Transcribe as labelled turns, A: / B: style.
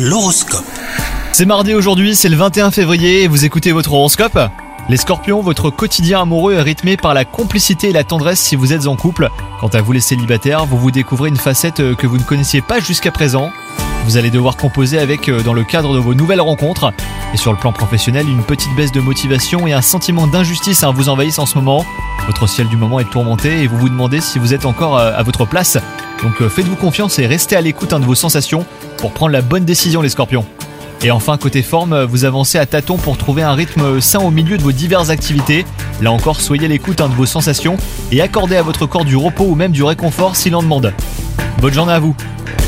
A: L'horoscope.
B: C'est mardi aujourd'hui, c'est le 21 février et vous écoutez votre horoscope. Les scorpions, votre quotidien amoureux est rythmé par la complicité et la tendresse si vous êtes en couple. Quant à vous les célibataires, vous découvrez une facette que vous ne connaissiez pas jusqu'à présent. Vous allez devoir composer avec dans le cadre de vos nouvelles rencontres. Et sur le plan professionnel, une petite baisse de motivation et un sentiment d'injustice vous envahissent en ce moment. Votre ciel du moment est tourmenté et vous vous demandez si vous êtes encore à votre place. Donc faites-vous confiance et restez à l'écoute de vos sensations pour prendre la bonne décision les scorpions. Et enfin, côté forme, vous avancez à tâtons pour trouver un rythme sain au milieu de vos diverses activités. Là encore, soyez à l'écoute de vos sensations et accordez à votre corps du repos ou même du réconfort s'il en demande. Bonne journée à vous.